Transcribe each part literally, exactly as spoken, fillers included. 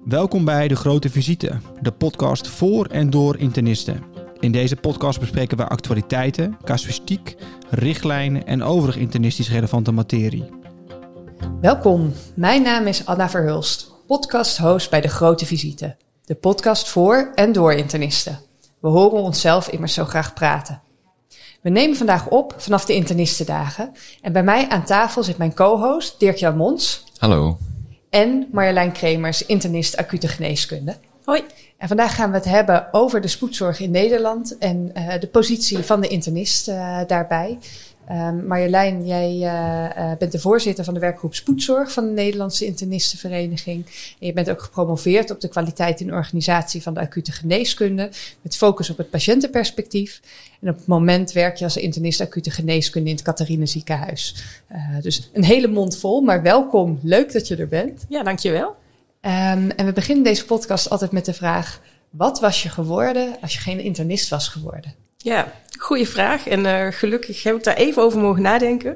Welkom bij De Grote Visite, de podcast voor en door internisten. In deze podcast bespreken we actualiteiten, casuïstiek, richtlijnen en overig internistisch relevante materie. Welkom, mijn naam is Anna Verhulst, podcast-host bij De Grote Visite. De podcast voor en door internisten. We horen onszelf immers zo graag praten. We nemen vandaag op vanaf de internistendagen. En bij mij aan tafel zit mijn co-host Dirk-Jan Mons. Hallo. En Marjolein Kremers, internist acute geneeskunde. Hoi. En vandaag gaan we het hebben over de spoedzorg in Nederland en uh, de positie van de internist uh, daarbij. Um, Marjolein, jij uh, uh, bent de voorzitter van de werkgroep Spoedzorg van de Nederlandse Internistenvereniging. En je bent ook gepromoveerd op de kwaliteit in organisatie van de acute geneeskunde, met focus op het patiëntenperspectief. En op het moment werk je als internist acute geneeskunde in het Catharina Ziekenhuis. Uh, dus een hele mond vol, maar welkom. Leuk dat je er bent. Ja, dankjewel. Um, en we beginnen deze podcast altijd met de vraag: wat was je geworden als je geen internist was geworden? Ja, goede vraag. En uh, gelukkig heb ik daar even over mogen nadenken.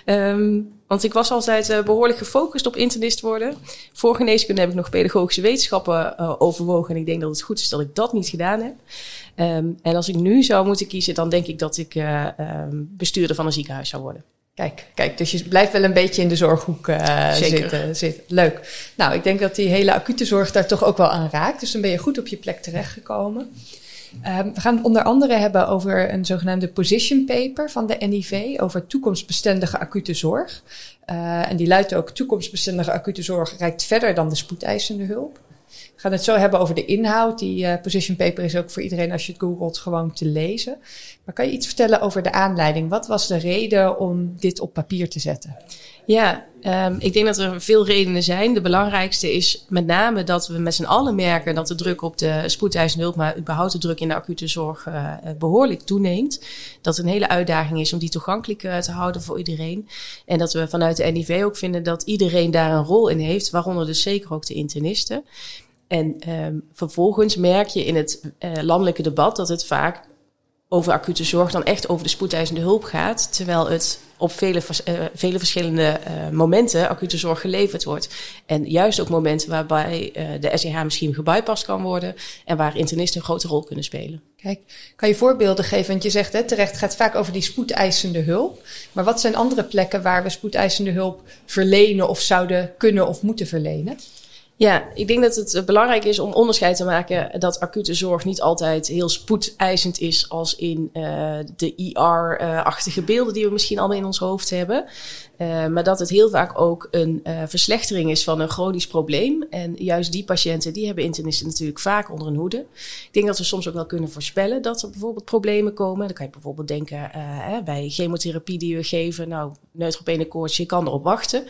Um, want ik was altijd uh, behoorlijk gefocust op internist worden. Voor geneeskunde heb ik nog pedagogische wetenschappen uh, overwogen. En ik denk dat het goed is dat ik dat niet gedaan heb. Um, en als ik nu zou moeten kiezen, dan denk ik dat ik uh, um, bestuurder van een ziekenhuis zou worden. Kijk, kijk, dus je blijft wel een beetje in de zorghoek uh, Zeker. zitten, zitten. Leuk. Nou, ik denk dat die hele acute zorg daar toch ook wel aan raakt. Dus dan ben je goed op je plek terechtgekomen. Um, we gaan het onder andere hebben over een zogenaamde position paper van de N I V over toekomstbestendige acute zorg. Uh, en die luidt ook: toekomstbestendige acute zorg reikt verder dan de spoedeisende hulp. We gaan het zo hebben over de inhoud. Die uh, position paper is ook voor iedereen, als je het googelt, gewoon te lezen. Maar kan je iets vertellen over de aanleiding? Wat was de reden om dit op papier te zetten? Ja, um, ik denk dat er veel redenen zijn. De belangrijkste is met name dat we met z'n allen merken dat de druk op de spoedeisende hulp, maar überhaupt de druk in de acute zorg uh, behoorlijk toeneemt. Dat het een hele uitdaging is om die toegankelijk uh, te houden voor iedereen. En dat we vanuit de N I V ook vinden dat iedereen daar een rol in heeft, waaronder dus zeker ook de internisten. En um, vervolgens merk je in het uh, landelijke debat dat het vaak over acute zorg dan echt over de spoedeisende hulp gaat, terwijl het op vele, uh, vele verschillende uh, momenten acute zorg geleverd wordt. En juist ook momenten waarbij uh, de S E H misschien gebypast kan worden en waar internisten een grote rol kunnen spelen. Kijk, kan je voorbeelden geven? Want je zegt hè, terecht, het gaat vaak over die spoedeisende hulp. Maar wat zijn andere plekken waar we spoedeisende hulp verlenen of zouden kunnen of moeten verlenen? Ja, ik denk dat het belangrijk is om onderscheid te maken dat acute zorg niet altijd heel spoedeisend is als in uh, de I R-achtige beelden die we misschien allemaal in ons hoofd hebben. Uh, maar dat het heel vaak ook een uh, verslechtering is van een chronisch probleem. En juist die patiënten, die hebben internisten natuurlijk vaak onder hun hoede. Ik denk dat we soms ook wel kunnen voorspellen dat er bijvoorbeeld problemen komen. Dan kan je bijvoorbeeld denken uh, hè, bij chemotherapie die we geven, nou, neutropene-koorts, je kan erop wachten.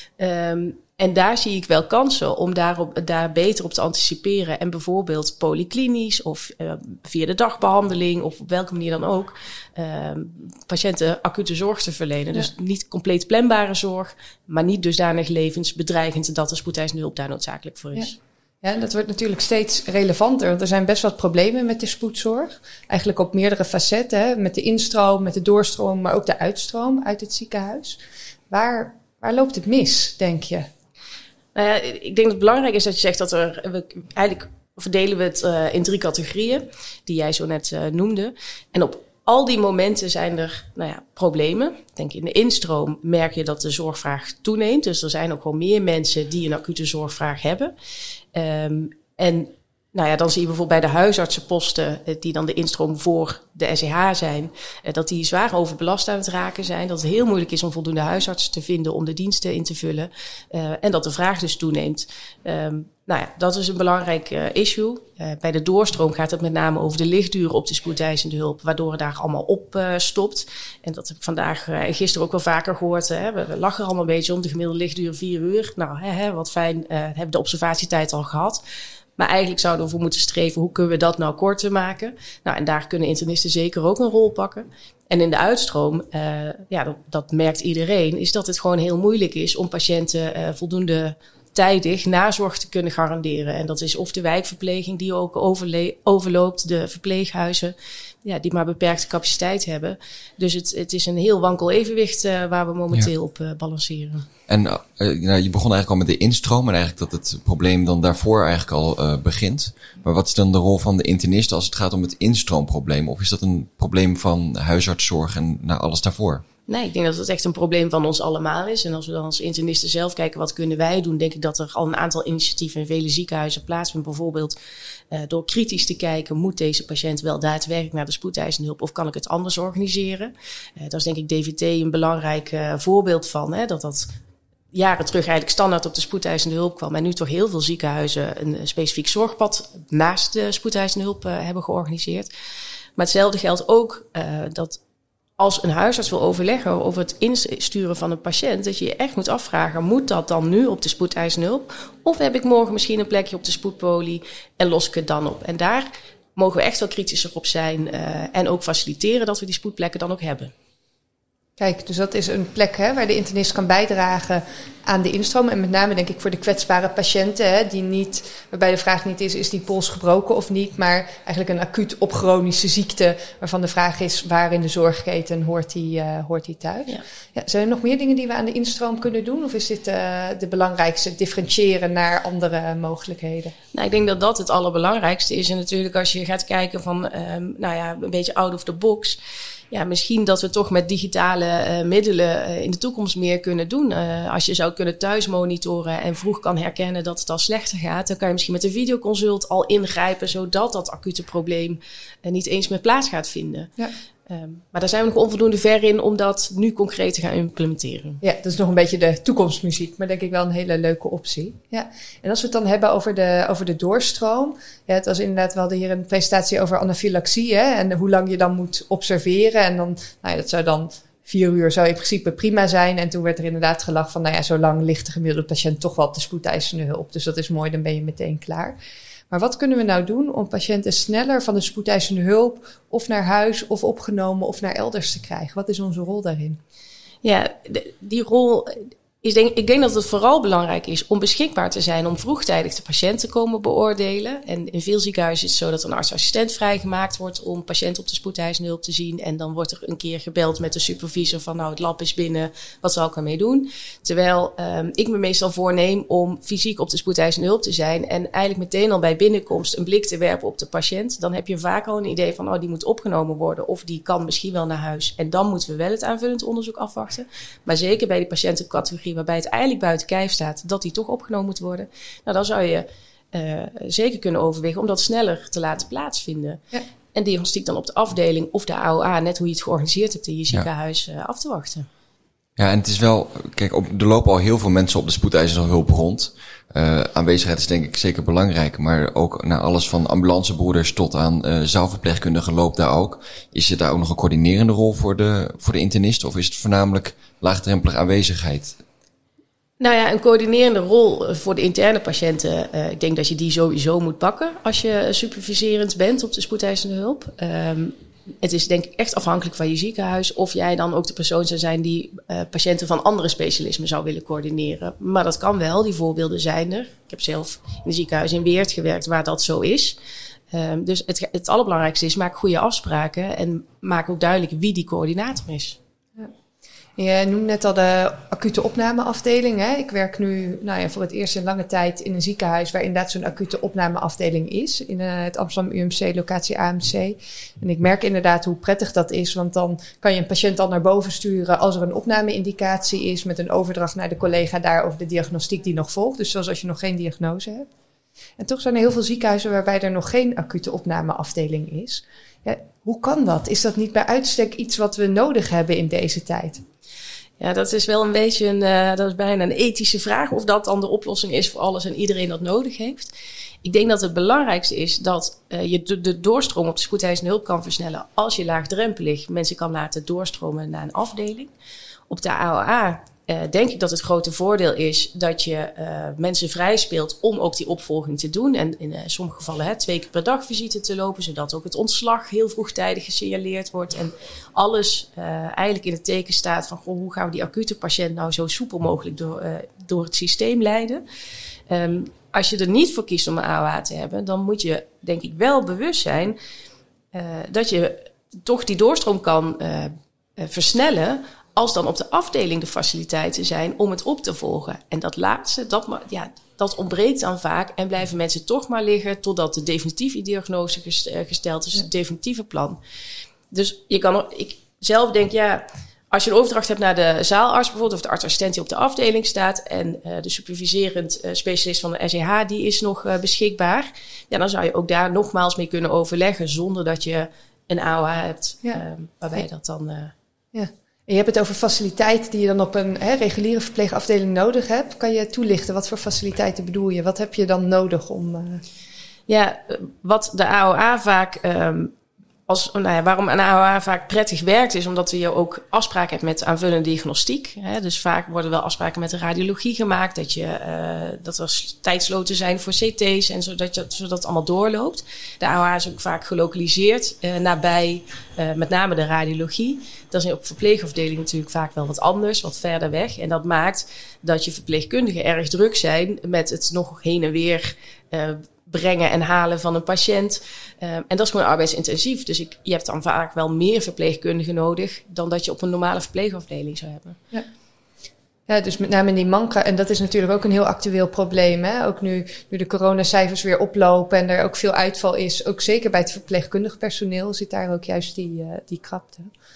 Um, En daar zie ik wel kansen om daarop, daar beter op te anticiperen. En bijvoorbeeld polyklinisch of uh, via de dagbehandeling of op welke manier dan ook uh, patiënten acute zorg te verlenen. Ja. Dus niet compleet planbare zorg, maar niet dusdanig levensbedreigend dat de spoedeisende hulp daar noodzakelijk voor is. Ja. Ja, dat wordt natuurlijk steeds relevanter, want er zijn best wat problemen met de spoedzorg. Eigenlijk op meerdere facetten, hè, met de instroom, met de doorstroom, maar ook de uitstroom uit het ziekenhuis. Waar, waar loopt het mis, denk je? Nou ja, ik denk dat het belangrijk is dat je zegt dat er, we, eigenlijk verdelen we het uh, in drie categorieën, die jij zo net uh, noemde. En op al die momenten zijn er nou ja, problemen. Ik denk in de instroom merk je dat de zorgvraag toeneemt. Dus er zijn ook gewoon meer mensen die een acute zorgvraag hebben. Um, en nou ja, dan zie je bijvoorbeeld bij de huisartsenposten, die dan de instroom voor de S E H zijn, dat die zwaar overbelast aan het raken zijn. Dat het heel moeilijk is om voldoende huisartsen te vinden om de diensten in te vullen. Uh, en dat de vraag dus toeneemt. Um, nou ja, dat is een belangrijk uh, issue. Uh, bij de doorstroom gaat het met name over de lichtduur op de spoedeisende hulp, waardoor het daar allemaal op uh, stopt. En dat heb ik vandaag en uh, gisteren ook wel vaker gehoord. Hè. We, we lachen er allemaal een beetje om, de gemiddelde lichtduur vier uur. Nou, hè, hè, wat fijn, uh, hebben de observatietijd al gehad. Maar eigenlijk zouden we voor moeten streven, hoe kunnen we dat nou korter maken? Nou, en daar kunnen internisten zeker ook een rol pakken. En in de uitstroom, uh, ja, dat, dat merkt iedereen, is dat het gewoon heel moeilijk is om patiënten uh, voldoende tijdig nazorg te kunnen garanderen. En dat is of de wijkverpleging die ook overle- overloopt, de verpleeghuizen. ja, die maar beperkte capaciteit hebben. Dus het, het is een heel wankel evenwicht uh, waar we momenteel ja. op uh, balanceren. En uh, nou, je begon eigenlijk al met de instroom en eigenlijk dat het probleem dan daarvoor eigenlijk al uh, begint. Maar wat is dan de rol van de internist als het gaat om het instroomprobleem? Of is dat een probleem van huisartszorg en nou, alles daarvoor? Nee, ik denk dat het echt een probleem van ons allemaal is. En als we dan als internisten zelf kijken, wat kunnen wij doen? Denk ik dat er al een aantal initiatieven in vele ziekenhuizen plaatsvinden. Bijvoorbeeld uh, door kritisch te kijken, moet deze patiënt wel daadwerkelijk naar de spoedeisende hulp of kan ik het anders organiseren? Uh, daar is denk ik D V T een belangrijk uh, voorbeeld van. Hè, dat dat jaren terug eigenlijk standaard op de spoedeisende hulp kwam. En nu toch heel veel ziekenhuizen een specifiek zorgpad naast de spoedeisende hulp uh, hebben georganiseerd. Maar hetzelfde geldt ook uh, dat als een huisarts wil overleggen over het insturen van een patiënt, dat je je echt moet afvragen, moet dat dan nu op de spoedeisende hulp? Of heb ik morgen misschien een plekje op de spoedpolie en los ik het dan op? En daar mogen we echt wel kritischer op zijn uh, en ook faciliteren dat we die spoedplekken dan ook hebben. Kijk, dus dat is een plek hè, waar de internist kan bijdragen aan de instroom. En met name denk ik voor de kwetsbare patiënten, hè, die niet, waarbij de vraag niet is, is die pols gebroken of niet, maar eigenlijk een acuut opchronische ziekte, waarvan de vraag is, waar in de zorgketen hoort die, uh, hoort die thuis? Ja. Ja, zijn er nog meer dingen die we aan de instroom kunnen doen? Of is dit uh, de belangrijkste, differentiëren naar andere mogelijkheden? Nou, ik denk dat dat het allerbelangrijkste is. En natuurlijk als je gaat kijken van, um, nou ja, een beetje out of the box. Ja, misschien dat we toch met digitale uh, middelen uh, in de toekomst meer kunnen doen. Uh, als je zou kunnen thuis monitoren en vroeg kan herkennen dat het al slechter gaat, dan kan je misschien met een videoconsult al ingrijpen, zodat dat acute probleem uh, niet eens meer plaats gaat vinden. Ja. Um, maar daar zijn we nog onvoldoende ver in om dat nu concreet te gaan implementeren. Ja, dat is nog een beetje de toekomstmuziek, maar denk ik wel een hele leuke optie. Ja. En als we het dan hebben over de, over de doorstroom. Ja, het was inderdaad, we hadden hier een presentatie over anafylaxie, hè, en hoe lang je dan moet observeren. En dan, nou ja, dat zou dan vier uur zou in principe prima zijn. En toen werd er inderdaad gelachen van, nou ja, zo lang ligt de gemiddelde patiënt toch wel op de spoedeisende hulp. Dus dat is mooi, dan ben je meteen klaar. Maar wat kunnen we nou doen om patiënten sneller van de spoedeisende hulp of naar huis of opgenomen of naar elders te krijgen? Wat is onze rol daarin? Ja, de, die rol is denk ik denk dat het vooral belangrijk is om beschikbaar te zijn om vroegtijdig de patiënt te komen beoordelen. En in veel ziekenhuizen is het zo dat een arts-assistent vrijgemaakt wordt om patiënten op de spoedeisende hulp te zien. En dan wordt er een keer gebeld met de supervisor van nou het lab is binnen, wat zal ik ermee doen? Terwijl um, ik me meestal voorneem om fysiek op de spoedeisende hulp te zijn en eigenlijk meteen al bij binnenkomst een blik te werpen op de patiënt. Dan heb je vaak al een idee van oh die moet opgenomen worden of die kan misschien wel naar huis. En dan moeten we wel het aanvullend onderzoek afwachten. Maar zeker bij die patiëntencategorie waarbij het eigenlijk buiten kijf staat dat die toch opgenomen moet worden. Nou, dan zou je uh, zeker kunnen overwegen om dat sneller te laten plaatsvinden. Ja. En diagnostiek dan op de afdeling of de A O A, net hoe je het georganiseerd hebt in je ziekenhuis, uh, af te wachten. Ja, en het is wel, kijk, op, er lopen al heel veel mensen op de spoedeisende hulp rond. Uh, aanwezigheid is denk ik zeker belangrijk, maar ook naar alles van ambulancebroeders tot aan uh, zaalverpleegkundigen loopt daar ook. Is er daar ook nog een coördinerende rol voor de, voor de internist of is het voornamelijk laagdrempelige aanwezigheid? Nou ja, een coördinerende rol voor de interne patiënten. Uh, ik denk dat je die sowieso moet pakken als je superviserend bent op de spoedeisende hulp. Um, het is denk ik echt afhankelijk van je ziekenhuis of jij dan ook de persoon zou zijn die uh, patiënten van andere specialismen zou willen coördineren. Maar dat kan wel, die voorbeelden zijn er. Ik heb zelf in een ziekenhuis in Weert gewerkt waar dat zo is. Um, dus het, het allerbelangrijkste is, maak goede afspraken en maak ook duidelijk wie die coördinator is. Ja. Je noemde net al de acute opnameafdeling. Hè? Ik werk nu nou ja, voor het eerst in lange tijd in een ziekenhuis waar inderdaad zo'n acute opnameafdeling is. In uh, het Amsterdam U M C, locatie A M C. En ik merk inderdaad hoe prettig dat is. Want dan kan je een patiënt al naar boven sturen als er een opnameindicatie is. Met een overdracht naar de collega daar over de diagnostiek die nog volgt. Dus zoals als je nog geen diagnose hebt. En toch zijn er heel veel ziekenhuizen waarbij er nog geen acute opnameafdeling is. Ja, hoe kan dat? Is dat niet bij uitstek iets wat we nodig hebben in deze tijd? Ja, dat is wel een beetje een, uh, dat is bijna een ethische vraag of dat dan de oplossing is voor alles en iedereen dat nodig heeft. Ik denk dat het belangrijkste is dat uh, je de, de doorstroom op de spoedeisende hulp kan versnellen als je laagdrempelig mensen kan laten doorstromen naar een afdeling. Op de A O A uh, denk ik dat het grote voordeel is dat je uh, mensen vrij speelt om ook die opvolging te doen. En in uh, sommige gevallen hè, twee keer per dag visite te lopen, zodat ook het ontslag heel vroegtijdig gesignaleerd wordt. En alles uh, eigenlijk in het teken staat van goh, hoe gaan we die acute patiënt nou zo soepel mogelijk door, uh, door het systeem leiden. Um, als je er niet voor kiest om een A O A te hebben, dan moet je denk ik wel bewust zijn uh, dat je toch die doorstroom kan uh, uh, versnellen als dan op de afdeling de faciliteiten zijn om het op te volgen. En dat laatste, dat, ja, dat ontbreekt dan vaak en blijven mensen toch maar liggen totdat de definitieve diagnose gesteld is, ja. het definitieve plan. Dus je kan, ik zelf denk, ja, als je een overdracht hebt naar de zaalarts bijvoorbeeld, of de arts-assistent die op de afdeling staat en uh, de superviserend uh, specialist van de S E H, die is nog uh, beschikbaar, ja, dan zou je ook daar nogmaals mee kunnen overleggen zonder dat je een A O A hebt, ja. uh, waarbij ja. dat dan... Uh, ja. En je hebt het over faciliteiten die je dan op een hè, reguliere verpleegafdeling nodig hebt. Kan je toelichten, wat voor faciliteiten bedoel je? Wat heb je dan nodig om... Uh... Ja, wat de A O A vaak... Um, Als, nou ja, waarom een A O A vaak prettig werkt is omdat je ook afspraken hebt met aanvullende diagnostiek. Hè. Dus vaak worden wel afspraken met de radiologie gemaakt. Dat, je, uh, dat er tijdsloten zijn voor C T's en zodat, je, zodat het allemaal doorloopt. De A O A is ook vaak gelokaliseerd uh, nabij uh, met name de radiologie. Dat is op verpleegafdeling natuurlijk vaak wel wat anders, wat verder weg. En dat maakt dat je verpleegkundigen erg druk zijn met het nog heen en weer uh, brengen en halen van een patiënt. Uh, en dat is gewoon arbeidsintensief. Dus ik, je hebt dan vaak wel meer verpleegkundigen nodig dan dat je op een normale verpleegafdeling zou hebben. Ja, ja dus met name in die manca. En dat is natuurlijk ook een heel actueel probleem. Hè? Ook nu, nu de coronacijfers weer oplopen en er ook veel uitval is. Ook zeker bij het verpleegkundig personeel zit daar ook juist die, uh, die krapte.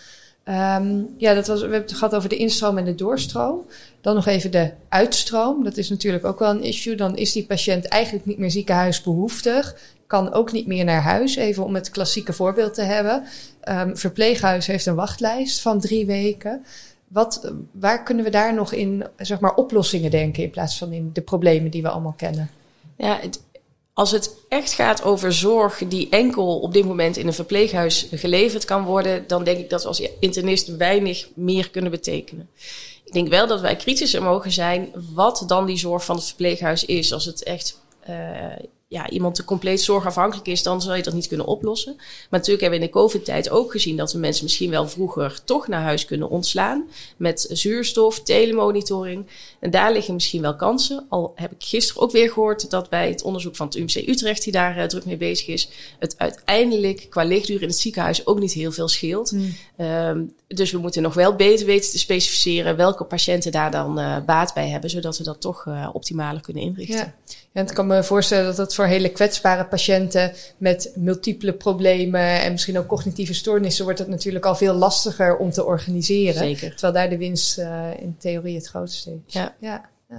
Um, ja, dat was, we hebben het gehad over de instroom en de doorstroom. Dan nog even de uitstroom. Dat is natuurlijk ook wel een issue. Dan is die patiënt eigenlijk niet meer ziekenhuisbehoeftig. Kan ook niet meer naar huis. Even om het klassieke voorbeeld te hebben. Um, verpleeghuis heeft een wachtlijst van drie weken. Wat, waar kunnen we daar nog in, zeg maar, oplossingen denken in plaats van in de problemen die we allemaal kennen? Ja, het, als het echt gaat over zorg die enkel op dit moment in een verpleeghuis geleverd kan worden, dan denk ik dat we als internist weinig meer kunnen betekenen. Ik denk wel dat wij kritischer mogen zijn wat dan die zorg van het verpleeghuis is. Als het echt uh, ja, iemand compleet zorgafhankelijk is, dan zal je dat niet kunnen oplossen. Maar natuurlijk hebben we in de COVID-tijd ook gezien dat we mensen misschien wel vroeger toch naar huis kunnen ontslaan. Met zuurstof, telemonitoring. En daar liggen misschien wel kansen. Al heb ik gisteren ook weer gehoord dat bij het onderzoek van het U M C Utrecht, die daar uh, druk mee bezig is, het uiteindelijk qua ligduur in het ziekenhuis ook niet heel veel scheelt. Mm. Um, dus we moeten nog wel beter weten te specificeren welke patiënten daar dan uh, baat bij hebben, zodat we dat toch uh, optimaler kunnen inrichten. Ja. Ja, en ik kan me voorstellen dat dat voor hele kwetsbare patiënten met multiple problemen en misschien ook cognitieve stoornissen wordt het natuurlijk al veel lastiger om te organiseren. Zeker. Terwijl daar de winst uh, in theorie het grootste is. Ja. Ja, ja.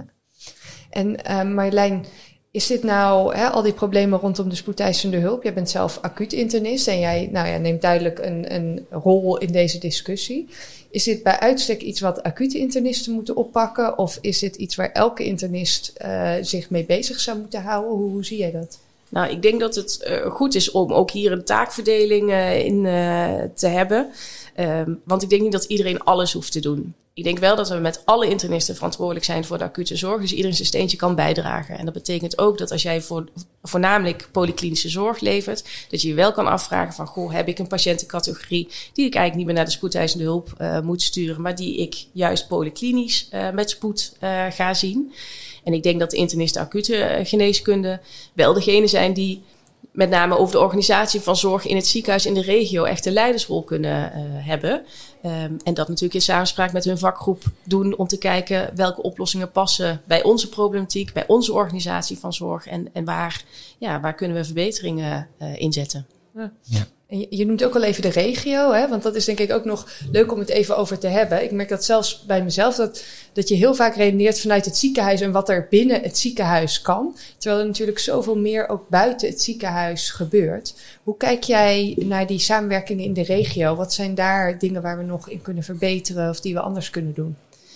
En uh, Marjolein, is dit nou, hè, al die problemen rondom de spoedeisende hulp? Jij bent zelf acuut internist en jij nou ja, neemt duidelijk een, een rol in deze discussie. Is dit bij uitstek iets wat acute internisten moeten oppakken? Of is dit iets waar elke internist uh, zich mee bezig zou moeten houden? Hoe, hoe zie jij dat? Nou, ik denk dat het uh, goed is om ook hier een taakverdeling uh, in uh, te hebben. Um, want ik denk niet dat iedereen alles hoeft te doen. Ik denk wel dat we met alle internisten verantwoordelijk zijn voor de acute zorg. Dus iedereen zijn steentje kan bijdragen. En dat betekent ook dat als jij voor, voornamelijk polyklinische zorg levert, dat je je wel kan afvragen van, goh, heb ik een patiëntencategorie die ik eigenlijk niet meer naar de spoedeisende hulp uh, moet sturen, maar die ik juist polyklinisch uh, met spoed uh, ga zien. En ik denk dat de internisten acute geneeskunde wel degene zijn die met name over de organisatie van zorg in het ziekenhuis in de regio echt een leidersrol kunnen uh, hebben. Um, en dat natuurlijk in samenspraak met hun vakgroep doen om te kijken welke oplossingen passen bij onze problematiek, bij onze organisatie van zorg en, en waar, ja, waar kunnen we verbeteringen uh, inzetten. Ja. Ja. En je, je noemt ook al even de regio, hè? Want dat is denk ik ook nog leuk om het even over te hebben. Ik merk dat zelfs bij mezelf, dat, dat je heel vaak redeneert vanuit het ziekenhuis en wat er binnen het ziekenhuis kan. Terwijl er natuurlijk zoveel meer ook buiten het ziekenhuis gebeurt. Hoe kijk jij naar die samenwerkingen in de regio? Wat zijn daar dingen waar we nog in kunnen verbeteren of die we anders kunnen doen?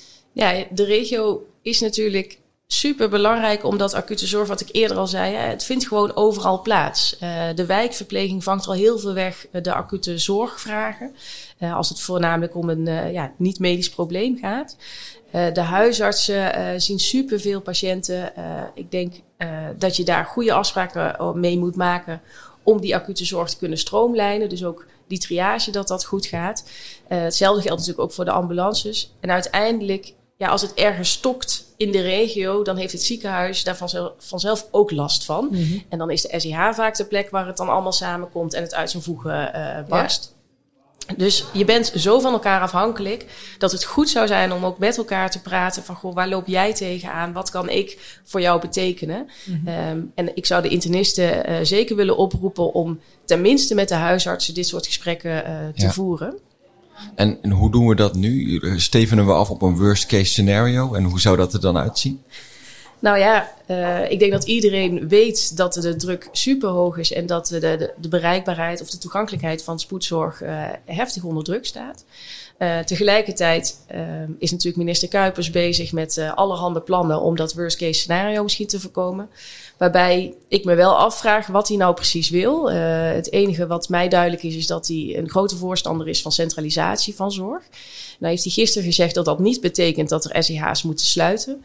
Ja, de regio is natuurlijk super belangrijk, omdat acute zorg, wat ik eerder al zei, het vindt gewoon overal plaats. Uh, de wijkverpleging vangt al heel veel weg de acute zorgvragen. Uh, als het voornamelijk om een uh, ja, niet-medisch probleem gaat. Uh, de huisartsen uh, zien superveel patiënten. Uh, ik denk uh, dat je daar goede afspraken mee moet maken om die acute zorg te kunnen stroomlijnen. Dus ook die triage, dat dat goed gaat. Uh, hetzelfde geldt natuurlijk ook voor de ambulances. En uiteindelijk, ja, als het ergens stokt in de regio, dan heeft het ziekenhuis daar vanzelf, vanzelf ook last van. Mm-hmm. En dan is de S E H vaak de plek waar het dan allemaal samenkomt en het uit zijn voegen uh, barst. Dus je bent zo van elkaar afhankelijk dat het goed zou zijn om ook met elkaar te praten van, goh, waar loop jij tegenaan? Wat kan ik voor jou betekenen? Mm-hmm. Um, en ik zou de internisten uh, zeker willen oproepen om tenminste met de huisartsen dit soort gesprekken uh, te ja. voeren. En, en hoe doen we dat nu? Stevenen we af op een worst case scenario? En hoe zou dat er dan uitzien? Nou ja, uh, ik denk dat iedereen weet dat de druk super hoog is en dat de, de, de bereikbaarheid of de toegankelijkheid van spoedzorg uh, heftig onder druk staat. Uh, tegelijkertijd uh, is natuurlijk minister Kuipers bezig met uh, allerhande plannen om dat worst case scenario misschien te voorkomen. Waarbij ik me wel afvraag wat hij nou precies wil. Uh, het enige wat mij duidelijk is, is dat hij een grote voorstander is van centralisatie van zorg. Nou heeft hij gisteren gezegd dat dat niet betekent dat er S E H's moeten sluiten.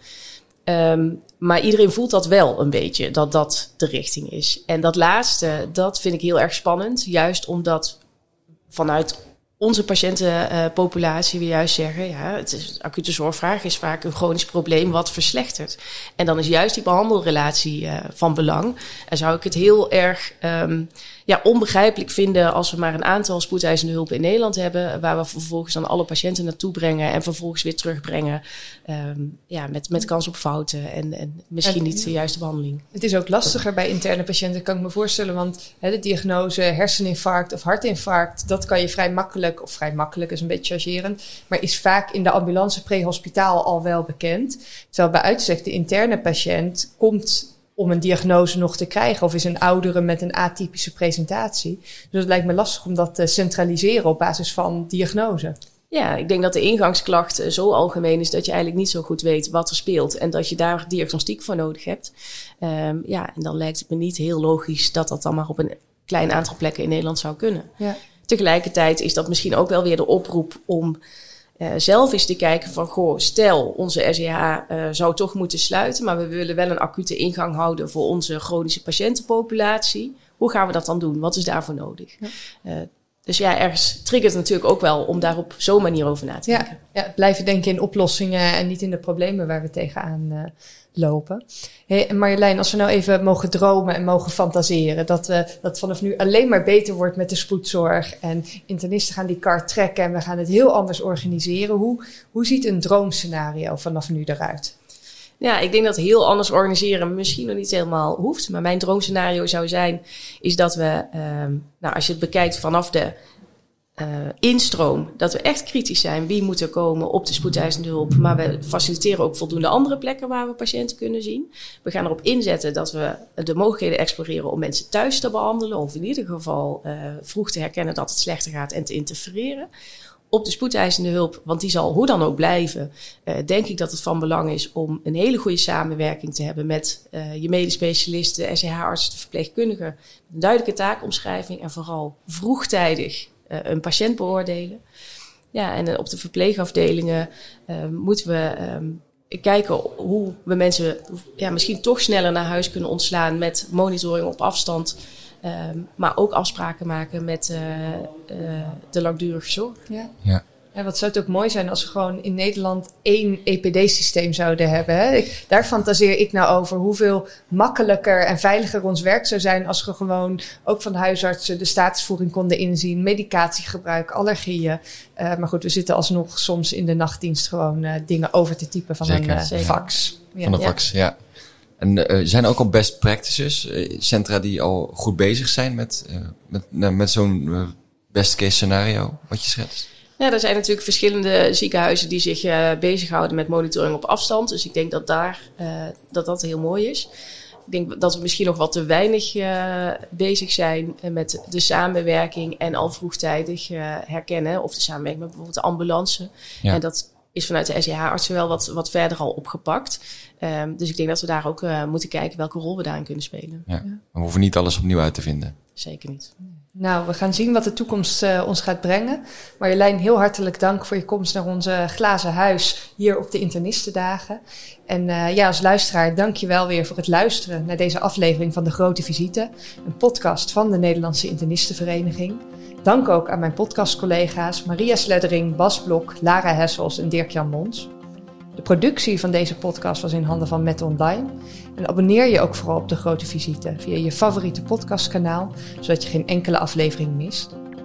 Um, maar iedereen voelt dat wel een beetje, dat dat de richting is. En dat laatste, dat vind ik heel erg spannend. Juist omdat vanuit onze patiëntenpopulatie we juist zeggen, ja, het is, acute zorgvraag is vaak een chronisch probleem wat verslechtert. En dan is juist die behandelrelatie uh, van belang. En zou ik het heel erg um, ja, onbegrijpelijk vinden als we maar een aantal spoedeisende hulpen in Nederland hebben, waar we vervolgens dan alle patiënten naartoe brengen en vervolgens weer terugbrengen. Um, ja, met, met kans op fouten en, en misschien en, niet de juiste behandeling. Het is ook lastiger bij interne patiënten, kan ik me voorstellen, want hè, de diagnose herseninfarct of hartinfarct, dat kan je vrij makkelijk, of vrij makkelijk is een beetje chargerend, maar is vaak in de ambulance pre-hospitaal al wel bekend. Terwijl bij uitstek de interne patiënt komt om een diagnose nog te krijgen, of is een oudere met een atypische presentatie. Dus het lijkt me lastig om dat te centraliseren op basis van diagnose. Ja, ik denk dat de ingangsklacht zo algemeen is dat je eigenlijk niet zo goed weet wat er speelt en dat je daar diagnostiek voor nodig hebt. Um, ja, en dan lijkt het me niet heel logisch dat dat dan maar op een klein aantal plekken in Nederland zou kunnen. Ja. Tegelijkertijd is dat misschien ook wel weer de oproep om uh, zelf eens te kijken van, goh, stel onze S E H uh, zou toch moeten sluiten, maar we willen wel een acute ingang houden voor onze chronische patiëntenpopulatie. Hoe gaan we dat dan doen? Wat is daarvoor nodig? Ja. Uh, Dus ja, ergens triggert het natuurlijk ook wel om daar op zo'n manier over na te denken. Ja, ja, blijven denken in oplossingen en niet in de problemen waar we tegenaan uh, lopen. Hey, en Marjolein, als we nou even mogen dromen en mogen fantaseren, dat we dat vanaf nu alleen maar beter wordt met de spoedzorg en internisten gaan die kar trekken en we gaan het heel anders organiseren. Hoe, hoe ziet een droomscenario vanaf nu eruit? Ja, ik denk dat heel anders organiseren misschien nog niet helemaal hoeft. Maar mijn droomscenario zou zijn, is dat we, um, nou, als je het bekijkt vanaf de uh, instroom, dat we echt kritisch zijn. Wie moet er komen op de spoedeisende hulp? Maar we faciliteren ook voldoende andere plekken waar we patiënten kunnen zien. We gaan erop inzetten dat we de mogelijkheden exploreren om mensen thuis te behandelen. Of in ieder geval uh, vroeg te herkennen dat het slechter gaat en te interfereren. Op de spoedeisende hulp, want die zal hoe dan ook blijven, uh, denk ik dat het van belang is om een hele goede samenwerking te hebben met uh, je medespecialisten, de S E H-artsen, de verpleegkundigen. Een duidelijke taakomschrijving en vooral vroegtijdig uh, een patiënt beoordelen. Ja, en uh, op de verpleegafdelingen uh, moeten we um, kijken hoe we mensen ja, misschien toch sneller naar huis kunnen ontslaan met monitoring op afstand. Um, maar ook afspraken maken met uh, uh, de langdurige zorg. Ja. Ja. Ja, wat zou het ook mooi zijn als we gewoon in Nederland één E P D-systeem zouden hebben. Hè? Ik, daar fantaseer ik nou over hoeveel makkelijker en veiliger ons werk zou zijn als we gewoon ook van de huisartsen de statusvoering konden inzien, medicatiegebruik, allergieën. Uh, maar goed, we zitten alsnog soms in de nachtdienst gewoon uh, dingen over te typen van Zeker. een uh, fax. Ja. Van een fax, ja. ja. En uh, zijn er ook al best practices, uh, centra die al goed bezig zijn met, uh, met, uh, met zo'n uh, best case scenario, wat je schetst? Ja, er zijn natuurlijk verschillende ziekenhuizen die zich uh, bezighouden met monitoring op afstand. Dus ik denk dat daar, uh, dat, dat heel mooi is. Ik denk dat we misschien nog wat te weinig uh, bezig zijn met de samenwerking en al vroegtijdig uh, herkennen. Of de samenwerking met bijvoorbeeld de ambulance. Ja. En dat is vanuit de S E H-artsen wel wat, wat verder al opgepakt. Um, dus ik denk dat we daar ook uh, moeten kijken welke rol we daarin kunnen spelen. Ja. Ja. We hoeven niet alles opnieuw uit te vinden. Zeker niet. Nou, we gaan zien wat de toekomst uh, ons gaat brengen. Marjolein, heel hartelijk dank voor je komst naar onze glazen huis hier op de Internistendagen. En uh, ja, als luisteraar, dank je wel weer voor het luisteren naar deze aflevering van De Grote Visite. Een podcast van de Nederlandse Internistenvereniging. Dank ook aan mijn podcastcollega's Maria Sleddering, Bas Blok, Lara Hessels en Dirk-Jan Mons. De productie van deze podcast was in handen van Met Online. En abonneer je ook vooral op De Grote Visite via je favoriete podcastkanaal, zodat je geen enkele aflevering mist.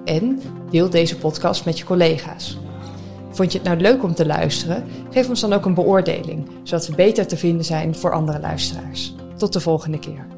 En deel deze podcast met je collega's. Vond je het nou leuk om te luisteren? Geef ons dan ook een beoordeling, zodat we beter te vinden zijn voor andere luisteraars. Tot de volgende keer.